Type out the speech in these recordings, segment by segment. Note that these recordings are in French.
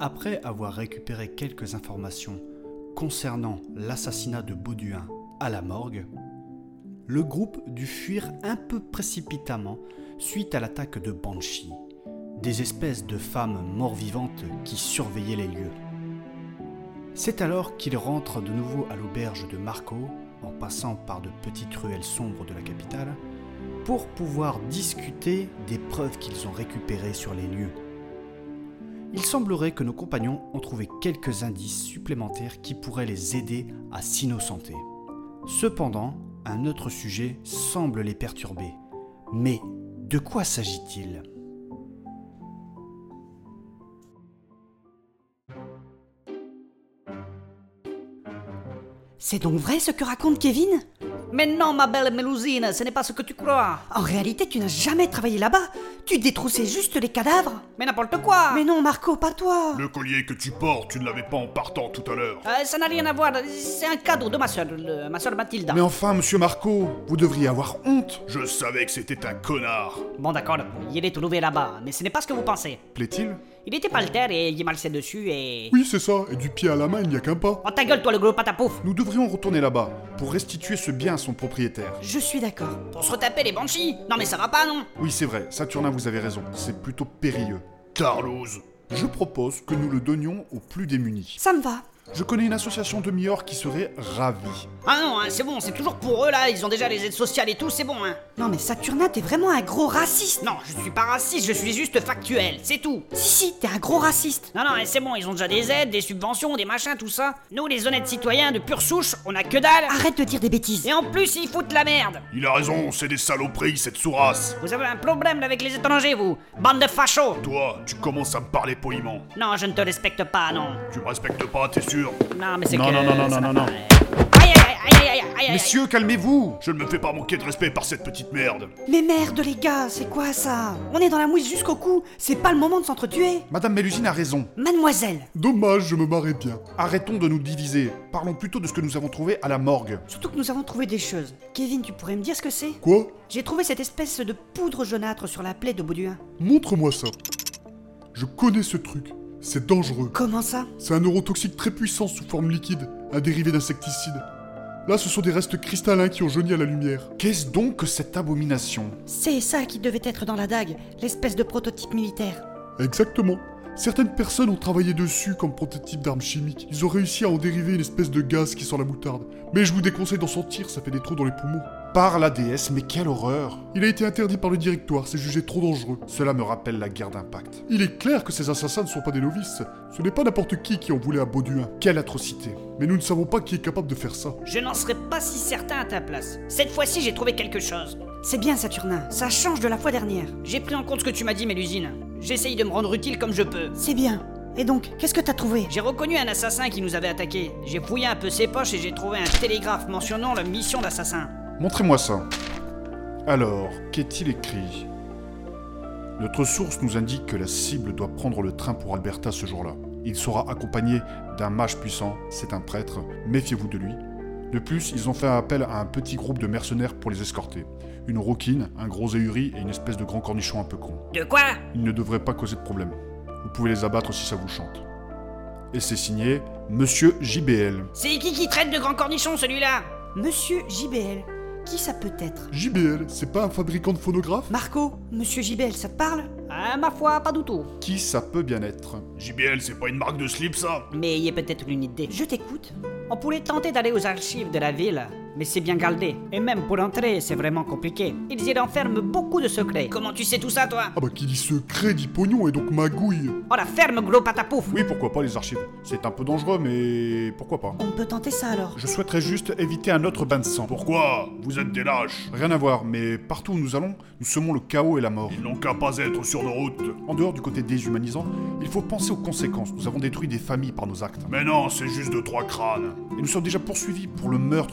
Après avoir récupéré quelques informations concernant l'assassinat de Bauduin à la morgue, le groupe dut fuir un peu précipitamment suite à l'attaque de Banshee, des espèces de femmes mort-vivantes qui surveillaient les lieux. C'est alors qu'ils rentrent de nouveau à l'auberge de Marco, en passant par de petites ruelles sombres de la capitale, pour pouvoir discuter des preuves qu'ils ont récupérées sur les lieux. Il semblerait que nos compagnons ont trouvé quelques indices supplémentaires qui pourraient les aider à s'innocenter. Cependant, un autre sujet semble les perturber. Mais de quoi s'agit-il ? C'est donc vrai ce que raconte Kevin ? Mais non, ma belle Mélusine, ce n'est pas ce que tu crois. En réalité, tu n'as jamais travaillé là-bas. Tu détroussais juste les cadavres. Mais n'importe quoi. Mais non, Marco, pas toi. Le collier que tu portes, tu ne l'avais pas en partant tout à l'heure. Ça n'a rien à voir, c'est un cadeau de ma soeur Mathilda. Mais enfin, monsieur Marco, vous devriez avoir honte. Je savais que c'était un connard. Bon d'accord, il est trouvé là-bas, mais ce n'est pas ce que vous pensez. Plaît-il ? Il était par terre et il marchait dessus et... Oui, c'est ça, et du pied à la main, il n'y a qu'un pas. Oh ta gueule toi le gros patapouf. Nous devrions retourner là-bas, pour restituer ce bien à son propriétaire. Je suis d'accord. Pour se retaper les Banshees. Non mais ça va pas, non. Oui, c'est vrai, Saturnin, vous avez raison, c'est plutôt périlleux. Tarlouse. Je propose que nous le donnions aux plus démunis. Ça me va. Je connais une association de Mior qui serait ravie. Ah non, hein, c'est bon, c'est toujours pour eux là, ils ont déjà les aides sociales et tout, c'est bon hein. Non mais Saturnin, t'es vraiment un gros raciste. Non, je suis pas raciste, je suis juste factuel, c'est tout. Si, t'es un gros raciste. Non, non, c'est bon, ils ont déjà des aides, des subventions, des machins, tout ça. Nous, les honnêtes citoyens de pure souche, on a que dalle. Arrête de dire des bêtises. Et en plus, ils foutent la merde. Il a raison, c'est des saloperies, cette sourasse. Vous avez un problème avec les étrangers, vous, bande de fachos. Toi, tu commences à me parler poliment. Non, je ne te respecte pas, non. Tu me respectes pas, t'es sûr? Non, mais c'est Non, que... non, non, non, ça non, va non, pas. non. Aïe, aïe, aïe, aïe, aïe, aïe, aïe. Messieurs, calmez-vous. Je ne me fais pas manquer de respect par cette petite merde. Mais merde les gars, c'est quoi ça? On est dans la mouise jusqu'au cou, c'est pas le moment de s'entretuer. Madame Mélusine a raison. Mademoiselle. Dommage, je me marrais bien. Arrêtons de nous diviser. Parlons plutôt de ce que nous avons trouvé à la morgue. Surtout que nous avons trouvé des choses. Kevin, tu pourrais me dire ce que c'est? Quoi? J'ai trouvé cette espèce de poudre jaunâtre sur la plaie de Bauduin. Montre-moi ça. Je connais ce truc. C'est dangereux. Comment ça? C'est un neurotoxique très puissant sous forme liquide, un dérivé d'insecticide. Là, ce sont des restes cristallins qui ont jauni à la lumière. Qu'est-ce donc que cette abomination? C'est ça qui devait être dans la dague, l'espèce de prototype militaire. Exactement. Certaines personnes ont travaillé dessus comme prototype d'armes chimiques. Ils ont réussi à en dériver une espèce de gaz qui sent la moutarde. Mais je vous déconseille d'en sentir, ça fait des trous dans les poumons. Par la déesse, mais quelle horreur! Il a été interdit par le directoire, c'est jugé trop dangereux. Cela me rappelle la guerre d'Impact. Il est clair que ces assassins ne sont pas des novices. Ce n'est pas n'importe qui en voulait à Bauduin. Quelle atrocité! Mais nous ne savons pas qui est capable de faire ça. Je n'en serais pas si certain à ta place. Cette fois-ci, j'ai trouvé quelque chose. C'est bien Saturnin, ça change de la fois dernière. J'ai pris en compte ce que tu m'as dit, Mélusine. J'essaye de me rendre utile comme je peux. C'est bien. Et donc, qu'est-ce que t'as trouvé? J'ai reconnu un assassin qui nous avait attaqué. J'ai fouillé un peu ses poches et j'ai trouvé un télégraphe mentionnant la mission d'assassin. Montrez-moi ça. Alors, qu'est-il écrit? Notre source nous indique que la cible doit prendre le train pour Alberta ce jour-là. Il sera accompagné d'un mage puissant, c'est un prêtre, méfiez-vous de lui. De plus, ils ont fait appel à un petit groupe de mercenaires pour les escorter. Une rouquine, un gros éhuri et une espèce de grand cornichon un peu con. De quoi? Ils ne devraient pas causer de problème. Vous pouvez les abattre si ça vous chante. Et c'est signé Monsieur JBL. C'est qui traite de grand cornichon, celui-là? Monsieur JBL. Qui ça peut être? JBL, c'est pas un fabricant de phonographes? Marco, Monsieur JBL, ça te parle? Ah, ma foi, pas du tout. Qui ça peut bien être? JBL, c'est pas une marque de slip, ça? Mais il y a peut-être une idée. Je t'écoute. On pourrait tenter d'aller aux archives de la ville, mais c'est bien gardé. Et même pour entrer, c'est vraiment compliqué. Ils y renferment beaucoup de secrets. Comment tu sais tout ça, toi? Ah bah qui dit secret dit pognon et donc magouille. Oh la ferme, gros patapouf! Oui, pourquoi pas les archives. C'est un peu dangereux, mais pourquoi pas. On peut tenter ça alors. Je souhaiterais juste éviter un autre bain de sang. Pourquoi? Vous êtes des lâches. Rien à voir, mais partout où nous allons, nous semons le chaos et la mort. Ils n'ont qu'à pas être sur nos routes. En dehors du côté déshumanisant, il faut penser aux conséquences. Nous avons détruit des familles par nos actes. Mais non, c'est juste 2-3 crânes. Et nous sommes déjà poursuivis pour le meurtre de Bauduin.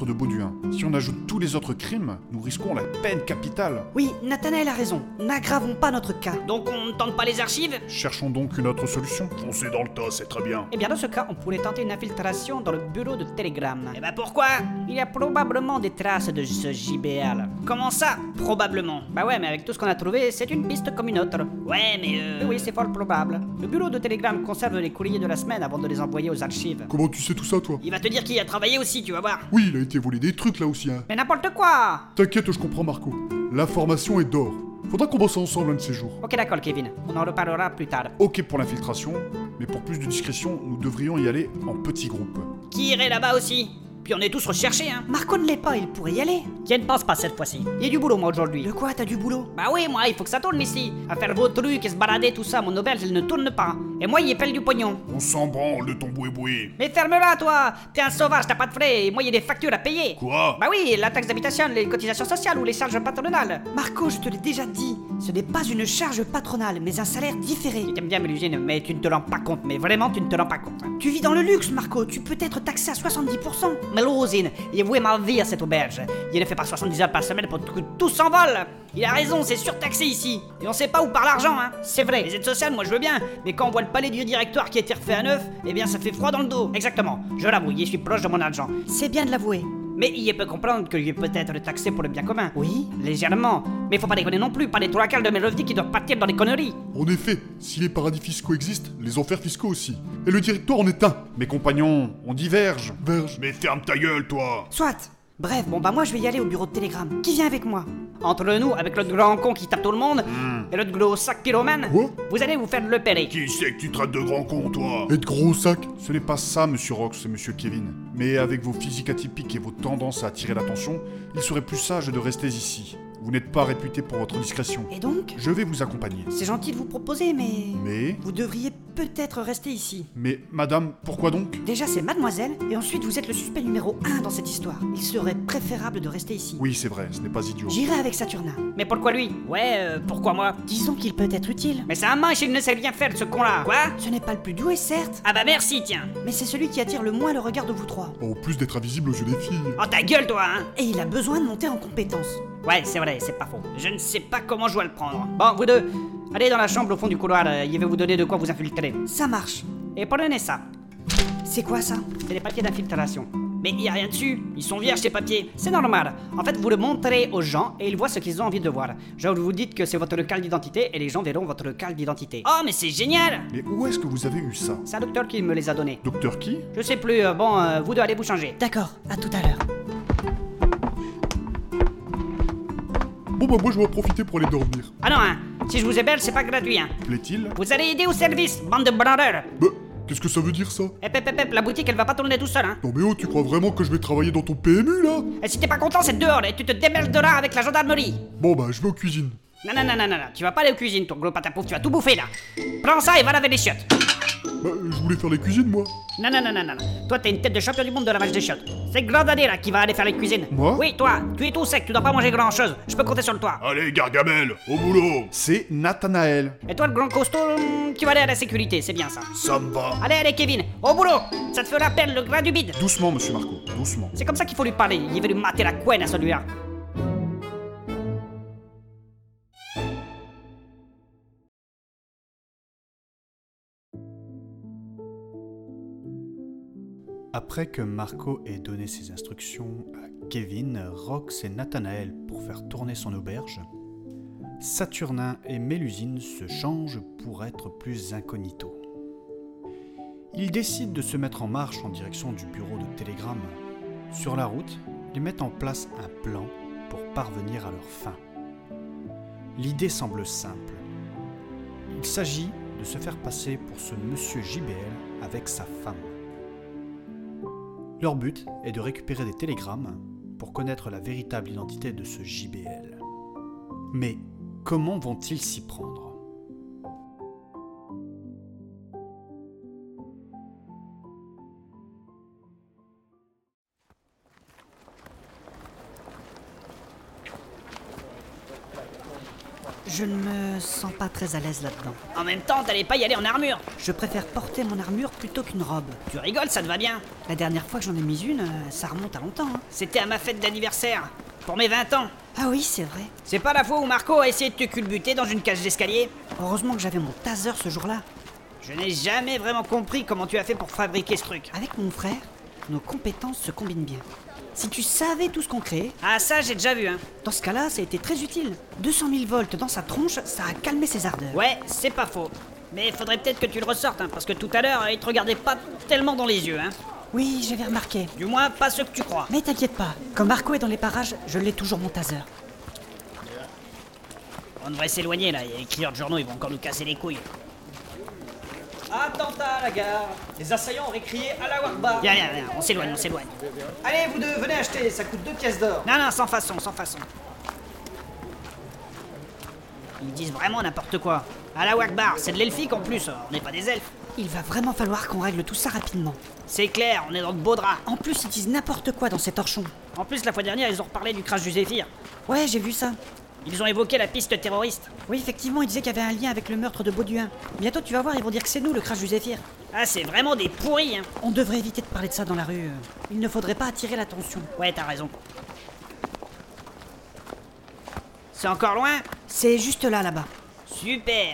crime. Si on ajoute tous les autres crimes, nous risquons la peine capitale. Oui, Nathanaël a raison. N'aggravons pas notre cas. Donc on ne tente pas les archives? Cherchons donc une autre solution. Foncez dans le tas, c'est très bien. Eh bien dans ce cas, on pourrait tenter une infiltration dans le bureau de télégramme. Eh ben pourquoi? Il y a probablement des traces de ce JBL. Comment ça? Probablement. Bah ouais, mais avec tout ce qu'on a trouvé, c'est une piste comme une autre. Ouais, mais Oui, c'est fort probable. Le bureau de télégramme conserve les courriers de la semaine avant de les envoyer aux archives. Comment tu sais tout ça, toi? Il va te dire qu'il y a travaillé aussi, tu vas voir. Oui, il a été volé des trucs là aussi, hein. Mais n'importe quoi! T'inquiète, je comprends, Marco. L'information est d'or. Faudra qu'on bosse ensemble un de ces jours. Ok d'accord Kevin, on en reparlera plus tard. Ok pour l'infiltration, mais pour plus de discrétion, nous devrions y aller en petits groupes. Qui irait là-bas aussi? Puis on est tous recherchés, hein. Marco ne l'est pas, il pourrait y aller. Qui ne pense pas cette fois-ci? Il y a du boulot moi aujourd'hui. De quoi, t'as du boulot? Bah oui, moi, il faut que ça tourne ici. À faire vos trucs et se balader, tout ça, mon auberge, elle ne tourne pas. Et moi, il pèle du pognon. On s'en branle de ton boui-boui. Mais ferme-la, toi! T'es un sauvage, t'as pas de frais, et moi, il y a des factures à payer. Quoi? Bah oui, la taxe d'habitation, les cotisations sociales ou les charges patronales. Marco, je te l'ai déjà dit. Ce n'est pas une charge patronale, mais un salaire différé. Tu t'aimes bien, Mélusine, mais tu ne te rends pas compte, mais vraiment, tu ne te rends pas compte. Hein. Tu vis dans le luxe, Marco. Tu peux être taxé à 70%. Mélusine, il a voué ma vie à cette auberge. Il ne fait pas 70 heures par semaine pour que tout s'envole. Il a raison, c'est surtaxé ici. Et on sait pas où part l'argent, hein. C'est vrai, les aides sociales, moi je veux bien. Mais quand on voit le palais du directoire qui a été refait à neuf, eh bien ça fait froid dans le dos. Exactement, je l'avoue, je suis proche de mon argent. C'est bien de l'avouer. Mais il peut comprendre qu'il est peut-être taxé pour le bien commun. Oui. Légèrement. Mais faut pas déconner non plus, pas les trois quarts de mes revenus qui doivent partir dans les conneries. En effet, si les paradis fiscaux existent, les enfers fiscaux aussi. Et le directoire en est un. Mes compagnons, on diverge. Verge. Mais ferme ta gueule, toi. Soit. Bref, bon bah moi je vais y aller au bureau de télégramme. Qui vient avec moi? Entre nous, avec l'autre grand con qui tape tout le monde, et l'autre gros sac pyromane, Quoi? vous allez vous faire le pérer. Qui c'est que tu traites de grand con, toi? Et de gros sacs. Ce n'est pas ça, monsieur Rox et monsieur Kevin. Mais avec vos physiques atypiques et vos tendances à attirer l'attention, il serait plus sage de rester ici. Vous n'êtes pas réputé pour votre discrétion. Et donc? Je vais vous accompagner. C'est gentil de vous proposer, mais... Mais... Vous devriez peut-être rester ici. Mais, madame, pourquoi donc? Déjà c'est mademoiselle, et ensuite vous êtes le suspect numéro 1 dans cette histoire. Il serait préférable de rester ici. Oui, c'est vrai, ce n'est pas idiot. J'irai avec Saturnin. Mais pourquoi lui? Ouais, pourquoi moi? Disons qu'il peut être utile. Mais c'est un manche, il ne sait rien faire, ce con-là. Quoi? Ce n'est pas le plus doué, certes, Ah bah merci, tiens. mais c'est celui qui attire le moins le regard de vous trois. En plus d'être invisible aux yeux des filles. Oh ta gueule, toi, hein. Et il a besoin de monter en compétence. Ouais, c'est vrai, c'est pas faux. Je ne sais pas comment je dois le prendre. Bon, vous deux, allez dans la chambre au fond du couloir, il va vous donner de quoi vous infiltrer. Ça marche. Et prenez ça. C'est quoi ça? C'est des papiers d'infiltration. Mais il y a rien dessus, ils sont vierges ces papiers. C'est normal. En fait, vous le montrez aux gens et ils voient ce qu'ils ont envie de voir. Genre, vous dites que c'est votre local d'identité et les gens verront votre local d'identité. Oh, mais c'est génial! Mais où est-ce que vous avez eu ça? C'est un docteur qui me les a donnés. Docteur qui? Je sais plus, vous deux allez vous changer. D'accord, à tout à l'heure. Bon bah moi je vais en profiter pour aller dormir. Ah non, hein, si je vous héberge, c'est pas gratuit, hein. Plaît-il? Vous allez aider au service, bande de branleurs. Bah, qu'est-ce que ça veut dire ça? La boutique, elle va pas tourner tout seul, hein. Non mais oh, tu crois vraiment que je vais travailler dans ton PMU là? Et si t'es pas content, c'est dehors et tu te démerderas avec la gendarmerie. Bon bah je vais aux cuisines. Non, tu vas pas aller aux cuisines, ton gros patapouf, tu vas tout bouffer là. Prends ça et va laver les chiottes. Bah je voulais faire les cuisines moi. Non. Toi, t'as une tête de champion du monde de lavage des chiottes. C'est Grandadé là qui va aller faire les cuisines. Moi? Oui, toi, tu es tout sec, tu dois pas manger grand chose. Je peux compter sur toi. Allez, Gargamel, au boulot. C'est Nathanaël. Et toi, le grand costaud, tu vas aller à la sécurité, c'est bien ça. Ça me va. Allez, Kevin, au boulot. Ça te fera perdre le gras du bide. Doucement, monsieur Marco, doucement. C'est comme ça qu'il faut lui parler. Il veut lui mater la couenne à celui-là. Après que Marco ait donné ses instructions à Kevin, Rox et Nathanaël pour faire tourner son auberge, Saturnin et Mélusine se changent pour être plus incognito. Ils décident de se mettre en marche en direction du bureau de télégramme. Sur la route, ils mettent en place un plan pour parvenir à leur fin. L'idée semble simple. Il s'agit de se faire passer pour ce monsieur JBL avec sa femme. Leur but est de récupérer des télégrammes pour connaître la véritable identité de ce JBL. Mais comment vont-ils s'y prendre ? Je ne me sens pas très à l'aise là-dedans. En même temps, t'allais pas y aller en armure. Je préfère porter mon armure plutôt qu'une robe. Tu rigoles, ça te va bien. La dernière fois que j'en ai mis une, ça remonte à longtemps. Hein. C'était à ma fête d'anniversaire. Pour mes 20 ans. Ah oui, c'est vrai. C'est pas la fois où Marco a essayé de te culbuter dans une cage d'escalier? Heureusement que j'avais mon taser ce jour-là. Je n'ai jamais vraiment compris comment tu as fait pour fabriquer ce truc. Avec mon frère, nos compétences se combinent bien. Si tu savais tout ce qu'on crée, Ah ça, j'ai déjà vu, hein. dans ce cas-là, ça a été très utile. 200 000 volts dans sa tronche, ça a calmé ses ardeurs. Ouais, c'est pas faux. Mais faudrait peut-être que tu le ressortes, hein, parce que tout à l'heure, il te regardait pas tellement dans les yeux, hein. Oui, j'avais remarqué. Du moins, pas ce que tu crois. Mais t'inquiète pas, comme Marco est dans les parages, je l'ai toujours mon taser. On devrait s'éloigner, là. Les crieurs de journaux, ils vont encore nous casser les couilles. Attentat à la gare. Les assaillants auraient crié à la Wakbar. Viens, on s'éloigne, on s'éloigne. Allez, vous deux, venez acheter, ça coûte 2 pièces d'or. Non, sans façon, sans façon. Ils disent vraiment n'importe quoi. À la Wakbar, c'est de l'elfique en plus, on n'est pas des elfes. Il va vraiment falloir qu'on règle tout ça rapidement. C'est clair, on est dans de beaux draps. En plus, ils disent n'importe quoi dans ces torchons. En plus, la fois dernière, ils ont reparlé du crash du Zéphyr. Ouais, j'ai vu ça. Ils ont évoqué la piste terroriste. Oui, effectivement, ils disaient qu'il y avait un lien avec le meurtre de Bauduin. Bientôt, tu vas voir, ils vont dire que c'est nous, le crash du Zéphyr. Ah, c'est vraiment des pourris, hein. On devrait éviter de parler de ça dans la rue. Il ne faudrait pas attirer l'attention. Ouais, t'as raison. C'est encore loin? C'est juste là-bas. Super.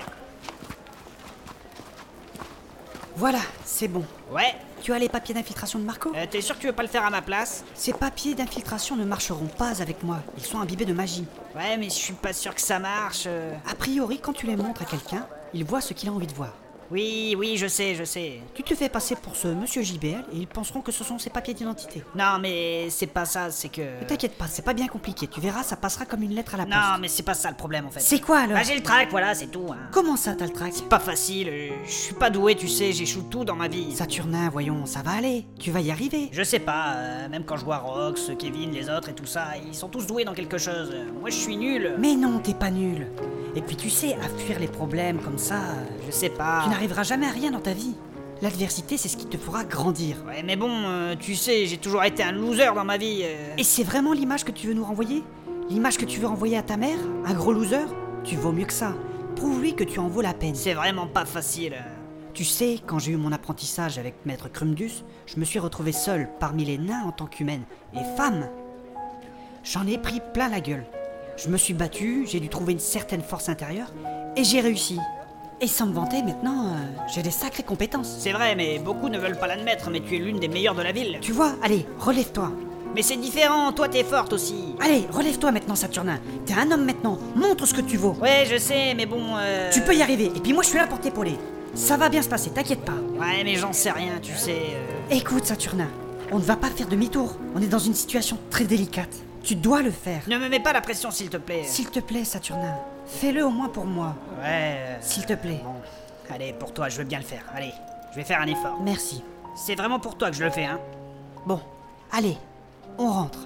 Voilà, c'est bon. Ouais. Tu as les papiers d'infiltration de Marco? T'es sûr que tu veux pas le faire à ma place? Ces papiers d'infiltration ne marcheront pas avec moi. Ils sont imbibés de magie. Ouais, mais je suis pas sûr que ça marche. A priori, quand tu les montres à quelqu'un, il voit ce qu'il a envie de voir. Oui, je sais. Tu te fais passer pour ce monsieur JBL et ils penseront que ce sont ses papiers d'identité. Non, mais c'est pas ça, c'est que... Ne t'inquiète pas, c'est pas bien compliqué. Tu verras, ça passera comme une lettre à la poste. Non, mais c'est pas ça le problème en fait. C'est quoi alors? Bah, j'ai le trac, voilà, c'est tout. Hein. Comment ça, t'as le trac? Pas facile, je suis pas doué, tu sais, j'échoue tout dans ma vie. Saturnin, voyons, ça va aller. Tu vas y arriver. Je sais pas, même quand je vois Rox, Kevin, les autres et tout ça, ils sont tous doués dans quelque chose. Moi, je suis nul. Mais non, t'es pas nul. Et puis tu sais, à fuir les problèmes comme ça, Je sais pas. tu n'arriveras jamais à rien dans ta vie. L'adversité, c'est ce qui te fera grandir. Ouais, mais bon, tu sais, j'ai toujours été un loser dans ma vie. Et c'est vraiment l'image que tu veux nous renvoyer? L'image que tu veux renvoyer à ta mère? Un gros loser? Tu vaux mieux que ça. Prouve-lui que tu en vaux la peine. C'est vraiment pas facile. Tu sais, quand j'ai eu mon apprentissage avec Maître Crumdus, je me suis retrouvé seul parmi les nains en tant qu'humaine et femme. J'en ai pris plein la gueule. Je me suis battu, j'ai dû trouver une certaine force intérieure et j'ai réussi. Et sans me vanter, maintenant, j'ai des sacrées compétences. C'est vrai, mais beaucoup ne veulent pas l'admettre, mais tu es l'une des meilleures de la ville. Tu vois, allez, relève-toi. Mais c'est différent, toi t'es forte aussi. Allez, relève-toi maintenant, Saturnin. T'es un homme maintenant, montre ce que tu vaux. Ouais, je sais, mais bon... Tu peux y arriver, et puis moi je suis là pour t'épauler. Ça va bien se passer, t'inquiète pas. Ouais, mais j'en sais rien, tu sais... Écoute, Saturnin, on ne va pas faire demi-tour. On est dans une situation très délicate. Tu dois le faire. Ne me mets pas la pression, s'il te plaît. S'il te plaît, Saturnin, fais-le au moins pour moi. Ouais... S'il te plaît. Bon, allez, pour toi, je veux bien le faire. Allez, je vais faire un effort. Merci. C'est vraiment pour toi que je le fais, hein. Bon, allez, on rentre.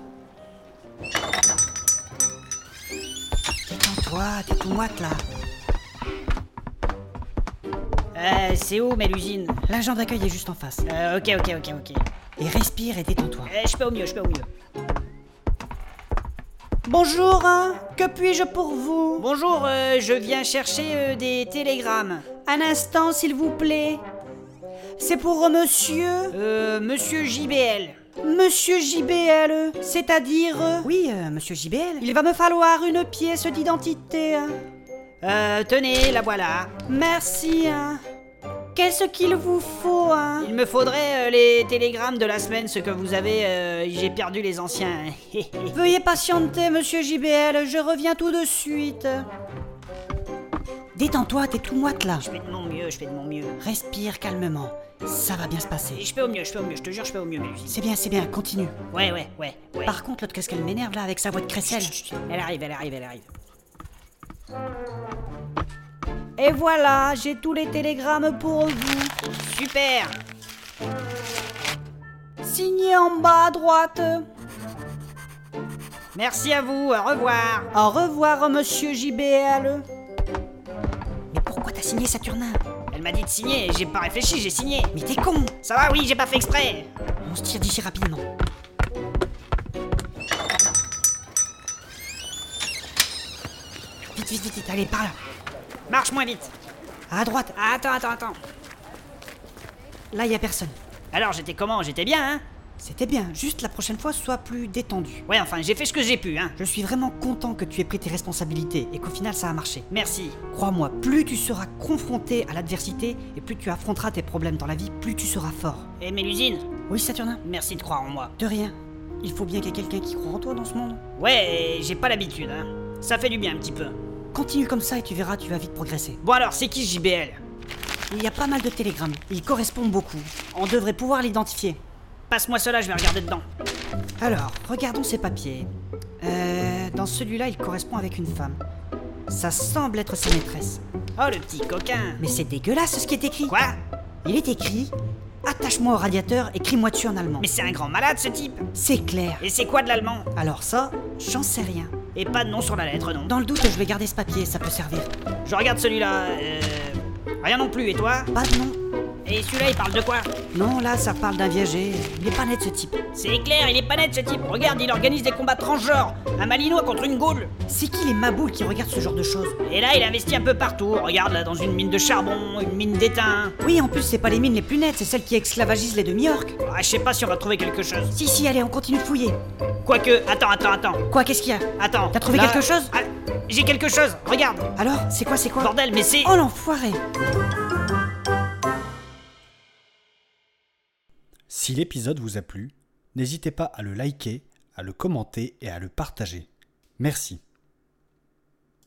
Détends-toi, t'es tout moite là. C'est où, l'usine? L'agent d'accueil est juste en face. Ok. Et respire et détends-toi. Je fais au mieux. Bonjour, hein. Que puis-je pour vous? Bonjour, je viens chercher des télégrammes. Un instant, s'il vous plaît. C'est pour monsieur? Monsieur JBL. Monsieur JBL, c'est-à-dire... Oui, monsieur JBL. Il va me falloir une pièce d'identité. Tenez, la voilà. Merci, hein. Qu'est-ce qu'il vous faut, hein? Il me faudrait les télégrammes de la semaine, ce que vous avez... j'ai perdu les anciens. Veuillez patienter, monsieur JBL, je reviens tout de suite. Détends-toi, t'es tout moite là. Je fais de mon mieux. Respire calmement. Ça va bien se passer. Je fais au mieux, je te jure, je fais au mieux, Mélusine. C'est bien, continue. Ouais. Par contre, l'autre, qu'est-ce qu'elle m'énerve là avec sa voix de crécelle? Chut. Elle arrive. Et voilà, j'ai tous les télégrammes pour vous. Super. Signé en bas à droite. Merci à vous, au revoir. Au revoir, monsieur JBL. Mais pourquoi t'as signé, Saturnin? Elle m'a dit de signer et j'ai pas réfléchi, j'ai signé. Mais t'es con. Ça va, oui, j'ai pas fait exprès. On se tire d'ici rapidement. vite, allez, par là. Marche moins vite. À droite. Ah, attends. Là, y a personne. Alors, j'étais comment? J'étais bien, hein? C'était bien, juste la prochaine fois, sois plus détendu. Ouais, enfin, j'ai fait ce que j'ai pu, hein. Je suis vraiment content que tu aies pris tes responsabilités et qu'au final, ça a marché. Merci. Crois-moi, plus tu seras confronté à l'adversité et plus tu affronteras tes problèmes dans la vie, plus tu seras fort. Et Mélusine, Oui, Saturnin? merci de croire en moi. De rien. Il faut bien qu'il y ait quelqu'un qui croit en toi dans ce monde. Ouais, j'ai pas l'habitude, hein. Ça fait du bien un petit peu. Continue comme ça et tu verras, tu vas vite progresser. Bon alors, c'est qui ce JBL? Il y a pas mal de télégrammes. Ils correspondent beaucoup. On devrait pouvoir l'identifier. Passe-moi cela, je vais regarder dedans. Alors, regardons ces papiers. Dans celui-là, il correspond avec une femme. Ça semble être sa maîtresse. Oh, le petit coquin. Mais c'est dégueulasse ce qui est écrit. Quoi? Il est écrit « Attache-moi au radiateur et crie-moi dessus en allemand Mais c'est un grand malade, ce type. ». C'est clair. Et c'est quoi de l'allemand? Alors ça, j'en sais rien. Et pas de nom sur la lettre, non. Dans le doute, je vais garder ce papier, ça peut servir. Je regarde celui-là. Rien non plus, et toi? Pas de nom. Et celui-là, il parle de quoi? Non, là, ça parle d'un viager. Il est pas net ce type. C'est clair, il est pas net ce type. Regarde, il organise des combats transgenres. Un Malinois contre une Gaule. C'est qui les maboules qui regardent ce genre de choses? Et là, il investit un peu partout. Regarde, là, dans une mine de charbon, une mine d'étain. Oui, en plus, c'est pas les mines les plus nettes, c'est celles qui esclavagisent les demi-orques. Ah, je sais pas si on va trouver quelque chose. Si, allez, on continue de fouiller. Quoique, attends. Quoi, qu'est-ce qu'il y a? Attends. T'as trouvé là- quelque chose? Ah, j'ai quelque chose, regarde. Alors, c'est quoi? Bordel, mais c'est... Oh l'enfoiré! Si l'épisode vous a plu, n'hésitez pas à le liker, à le commenter et à le partager. Merci.